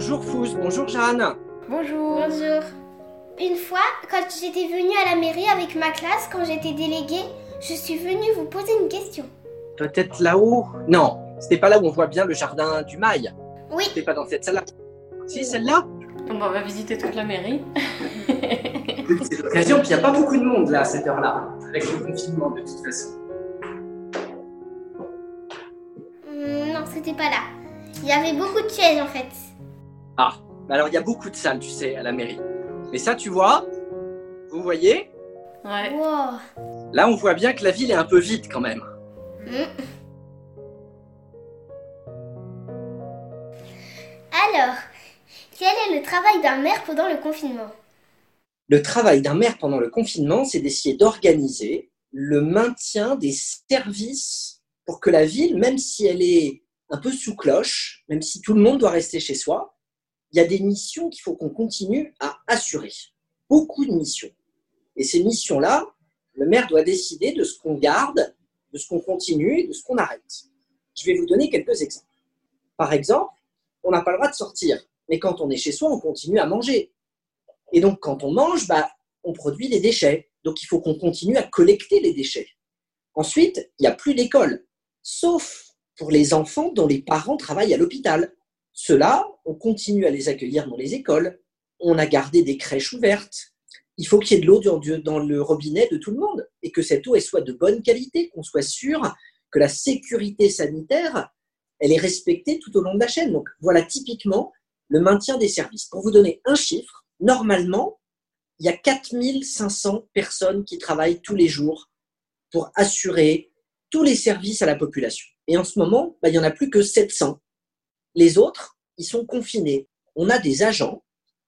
Bonjour Fous, bonjour Jeanne. Bonjour. Bonjour. Une fois, quand j'étais venue à la mairie avec ma classe, quand j'étais déléguée, je suis venue vous poser une question. Peut-être là-haut? Non, c'était pas là où on voit bien le jardin du Mail. Oui. C'était pas dans cette salle-là. Si, celle-là? On va visiter toute la mairie. C'est l'occasion, puis il n'y a pas beaucoup de monde là à cette heure-là, avec le confinement de toute façon. Non, c'était pas là. Il y avait beaucoup de chaises en fait. Ah, bah alors il y a beaucoup de salles, tu sais, à la mairie. Mais ça, tu vois, vous voyez? Ouais. Wow. Là, on voit bien que la ville est un peu vide quand même. Alors, quel est le travail d'un maire pendant le confinement? Le travail d'un maire pendant le confinement, c'est d'essayer d'organiser le maintien des services pour que la ville, même si elle est un peu sous cloche, même si tout le monde doit rester chez soi, il y a des missions qu'il faut qu'on continue à assurer. Beaucoup de missions. Et ces missions-là, le maire doit décider de ce qu'on garde, de ce qu'on continue et de ce qu'on arrête. Je vais vous donner quelques exemples. Par exemple, on n'a pas le droit de sortir, mais quand on est chez soi, on continue à manger. Et donc, quand on mange, on produit des déchets. Donc, il faut qu'on continue à collecter les déchets. Ensuite, il n'y a plus d'école, sauf pour les enfants dont les parents travaillent à l'hôpital. Ceux-là, on continue à les accueillir dans les écoles. On a gardé des crèches ouvertes. Il faut qu'il y ait de l'eau dans le robinet de tout le monde et que cette eau elle soit de bonne qualité, qu'on soit sûr que la sécurité sanitaire, elle est respectée tout au long de la chaîne. Donc, voilà typiquement le maintien des services. Pour vous donner un chiffre, normalement, il y a 4500 personnes qui travaillent tous les jours pour assurer tous les services à la population. Et en ce moment, il n'y en a plus que 700. Les autres, ils sont confinés. On a des agents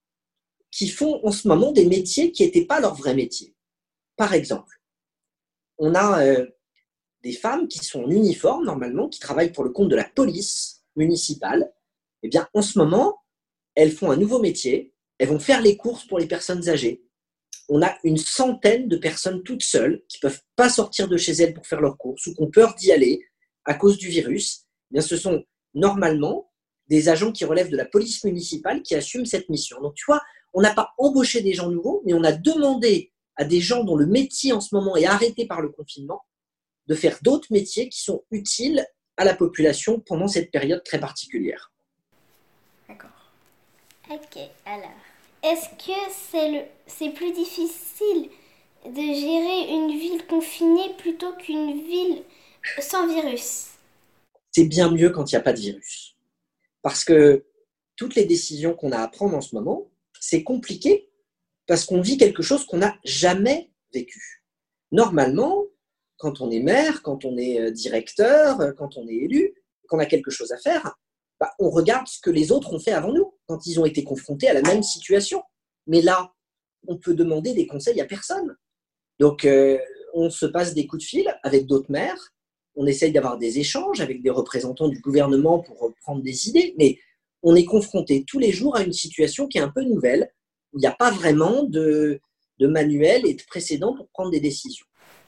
qui font en ce moment des métiers qui n'étaient pas leur vrai métier. Par exemple, on a des femmes qui sont en uniforme, normalement, qui travaillent pour le compte de la police municipale. Eh bien, en ce moment, elles font un nouveau métier. Elles vont faire les courses pour les personnes âgées. On a une centaine de personnes toutes seules qui ne peuvent pas sortir de chez elles pour faire leurs courses ou qui ont peur d'y aller à cause du virus. Eh bien, ce sont normalement des agents qui relèvent de la police municipale qui assument cette mission. Donc, tu vois, on n'a pas embauché des gens nouveaux, mais on a demandé à des gens dont le métier en ce moment est arrêté par le confinement de faire d'autres métiers qui sont utiles à la population pendant cette période très particulière. D'accord. Ok, alors. Est-ce que c'est plus difficile de gérer une ville confinée plutôt qu'une ville sans virus? C'est bien mieux quand il n'y a pas de virus. Parce que toutes les décisions qu'on a à prendre en ce moment, c'est compliqué parce qu'on vit quelque chose qu'on n'a jamais vécu. Normalement, quand on est maire, quand on est directeur, quand on est élu, qu'on a quelque chose à faire, on regarde ce que les autres ont fait avant nous, quand ils ont été confrontés à la même situation. Mais là, on peut demander des conseils à personne. Donc, on se passe des coups de fil avec d'autres maires, on essaye d'avoir des échanges avec des représentants du gouvernement pour prendre des idées, mais on est confronté tous les jours à une situation qui est un peu nouvelle, où il n'y a pas vraiment de manuel et de précédent pour prendre des décisions.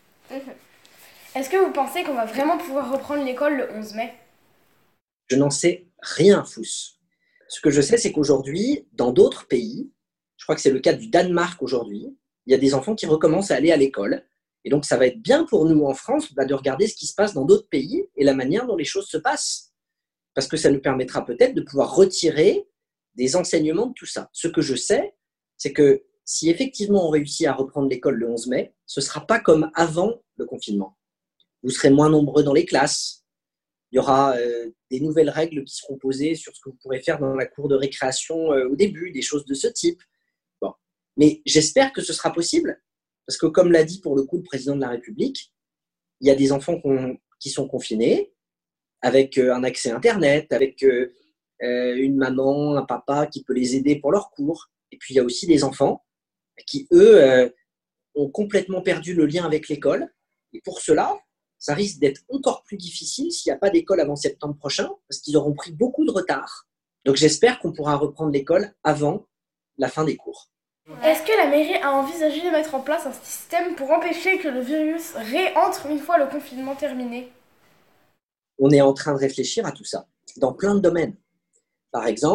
Est-ce que vous pensez qu'on va vraiment pouvoir reprendre l'école le 11 mai? Je n'en sais rien, Fous. Ce que je sais, c'est qu'aujourd'hui, dans d'autres pays, je crois que c'est le cas du Danemark aujourd'hui, il y a des enfants qui recommencent à aller à l'école. Et donc, ça va être bien pour nous en France de regarder ce qui se passe dans d'autres pays et la manière dont les choses se passent. Parce que ça nous permettra peut-être de pouvoir retirer des enseignements de tout ça. Ce que je sais, c'est que si effectivement on réussit à reprendre l'école le 11 mai, ce ne sera pas comme avant le confinement. Vous serez moins nombreux dans les classes. Il y aura des nouvelles règles qui seront posées sur ce que vous pourrez faire dans la cour de récréation au début, des choses de ce type. Bon. Mais j'espère que ce sera possible, parce que comme l'a dit pour le coup le président de la République, il y a des enfants qui sont confinés, avec un accès Internet, avec une maman, un papa qui peut les aider pour leurs cours. Et puis il y a aussi des enfants qui, eux, ont complètement perdu le lien avec l'école. Et pour cela, ça risque d'être encore plus difficile s'il n'y a pas d'école avant septembre prochain, parce qu'ils auront pris beaucoup de retard. Donc j'espère qu'on pourra reprendre l'école avant la fin des cours. Est-ce que la mairie a envisagé de mettre en place un système pour empêcher que le virus réentre une fois le confinement terminé? On est en train de réfléchir à tout ça, dans plein de domaines. Par exemple,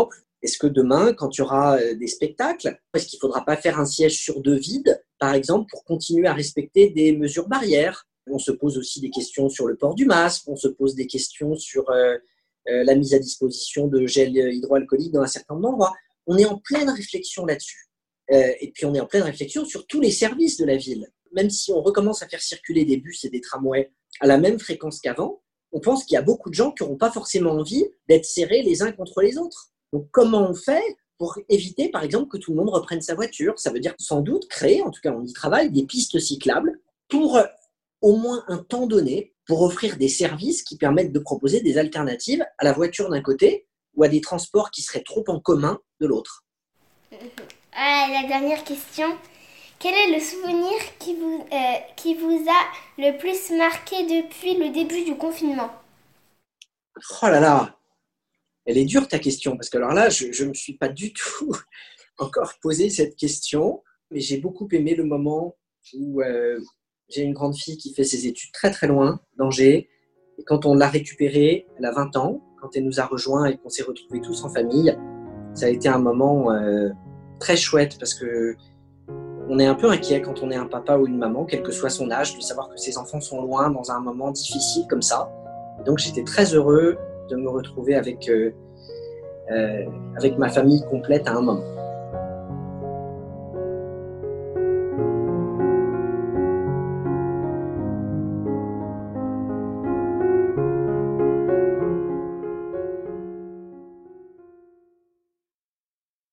Est-ce que demain, quand il y aura des spectacles, est-ce qu'il ne faudra pas faire un siège sur 2 vide, par exemple, pour continuer à respecter des mesures barrières? On se pose aussi des questions sur le port du masque, on se pose des questions sur la mise à disposition de gel hydroalcoolique dans un certain nombre d'endroits. On est en pleine réflexion là-dessus. Et puis on est en pleine réflexion sur tous les services de la ville. Même si on recommence à faire circuler des bus et des tramways à la même fréquence qu'avant, on pense qu'il y a beaucoup de gens qui n'auront pas forcément envie d'être serrés les uns contre les autres. Donc comment on fait pour éviter, par exemple, que tout le monde reprenne sa voiture? Ça veut dire sans doute créer, en tout cas on y travaille, des pistes cyclables pour au moins un temps donné, pour offrir des services qui permettent de proposer des alternatives à la voiture d'un côté ou à des transports qui seraient trop en commun de l'autre. La dernière question. Quel est le souvenir qui vous a le plus marqué depuis le début du confinement? Oh là là, elle est dure ta question, parce que alors là, je ne me suis pas du tout encore posé cette question, mais j'ai beaucoup aimé le moment où j'ai une grande fille qui fait ses études très très loin, d'Angers, et quand on l'a récupérée, elle a 20 ans, quand elle nous a rejoints et qu'on s'est retrouvés tous en famille, ça a été un moment très chouette, parce que on est un peu inquiet quand on est un papa ou une maman, quel que soit son âge, de savoir que ses enfants sont loin dans un moment difficile comme ça. Et donc j'étais très heureux de me retrouver avec ma famille complète à un moment.